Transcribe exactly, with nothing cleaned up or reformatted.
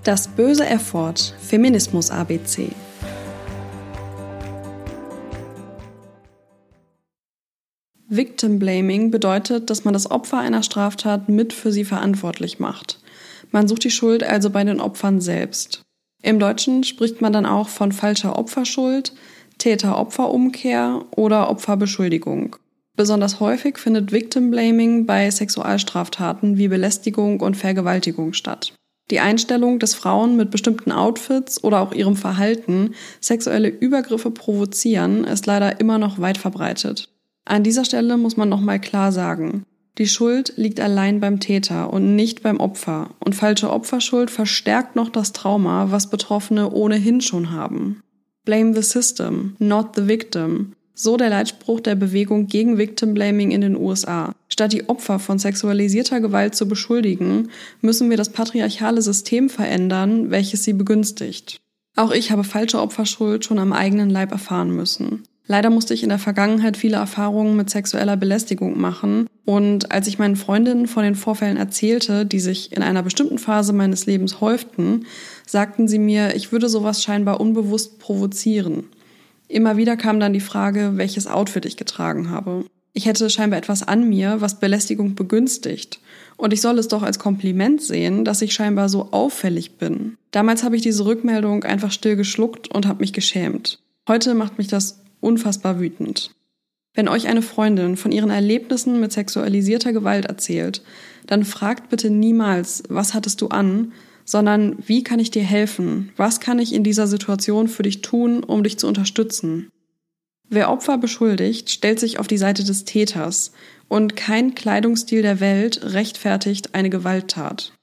Das böse F-Wort, Feminismus A B C. Victim Blaming bedeutet, dass man das Opfer einer Straftat mit für sie verantwortlich macht. Man sucht die Schuld also bei den Opfern selbst. Im Deutschen spricht man dann auch von falscher Opferschuld, Täter-Opfer-Umkehr oder Opferbeschuldigung. Besonders häufig findet Victim Blaming bei Sexualstraftaten wie Belästigung und Vergewaltigung statt. Die Einstellung, dass Frauen mit bestimmten Outfits oder auch ihrem Verhalten sexuelle Übergriffe provozieren, ist leider immer noch weit verbreitet. An dieser Stelle muss man nochmal klar sagen, die Schuld liegt allein beim Täter und nicht beim Opfer. Und falsche Opferschuld verstärkt noch das Trauma, was Betroffene ohnehin schon haben. Blame the system, not the victim. So der Leitspruch der Bewegung gegen Victim Blaming in den U S A. Statt die Opfer von sexualisierter Gewalt zu beschuldigen, müssen wir das patriarchale System verändern, welches sie begünstigt. Auch ich habe falsche Opferschuld schon am eigenen Leib erfahren müssen. Leider musste ich in der Vergangenheit viele Erfahrungen mit sexueller Belästigung machen und als ich meinen Freundinnen von den Vorfällen erzählte, die sich in einer bestimmten Phase meines Lebens häuften, sagten sie mir, ich würde sowas scheinbar unbewusst provozieren. Immer wieder kam dann die Frage, welches Outfit ich getragen habe. Ich hätte scheinbar etwas an mir, was Belästigung begünstigt. Und ich soll es doch als Kompliment sehen, dass ich scheinbar so auffällig bin. Damals habe ich diese Rückmeldung einfach still geschluckt und habe mich geschämt. Heute macht mich das unfassbar wütend. Wenn euch eine Freundin von ihren Erlebnissen mit sexualisierter Gewalt erzählt, dann fragt bitte niemals, was hattest du an, sondern wie kann ich dir helfen? Was kann ich in dieser Situation für dich tun, um dich zu unterstützen? Wer Opfer beschuldigt, stellt sich auf die Seite des Täters und kein Kleidungsstil der Welt rechtfertigt eine Gewalttat.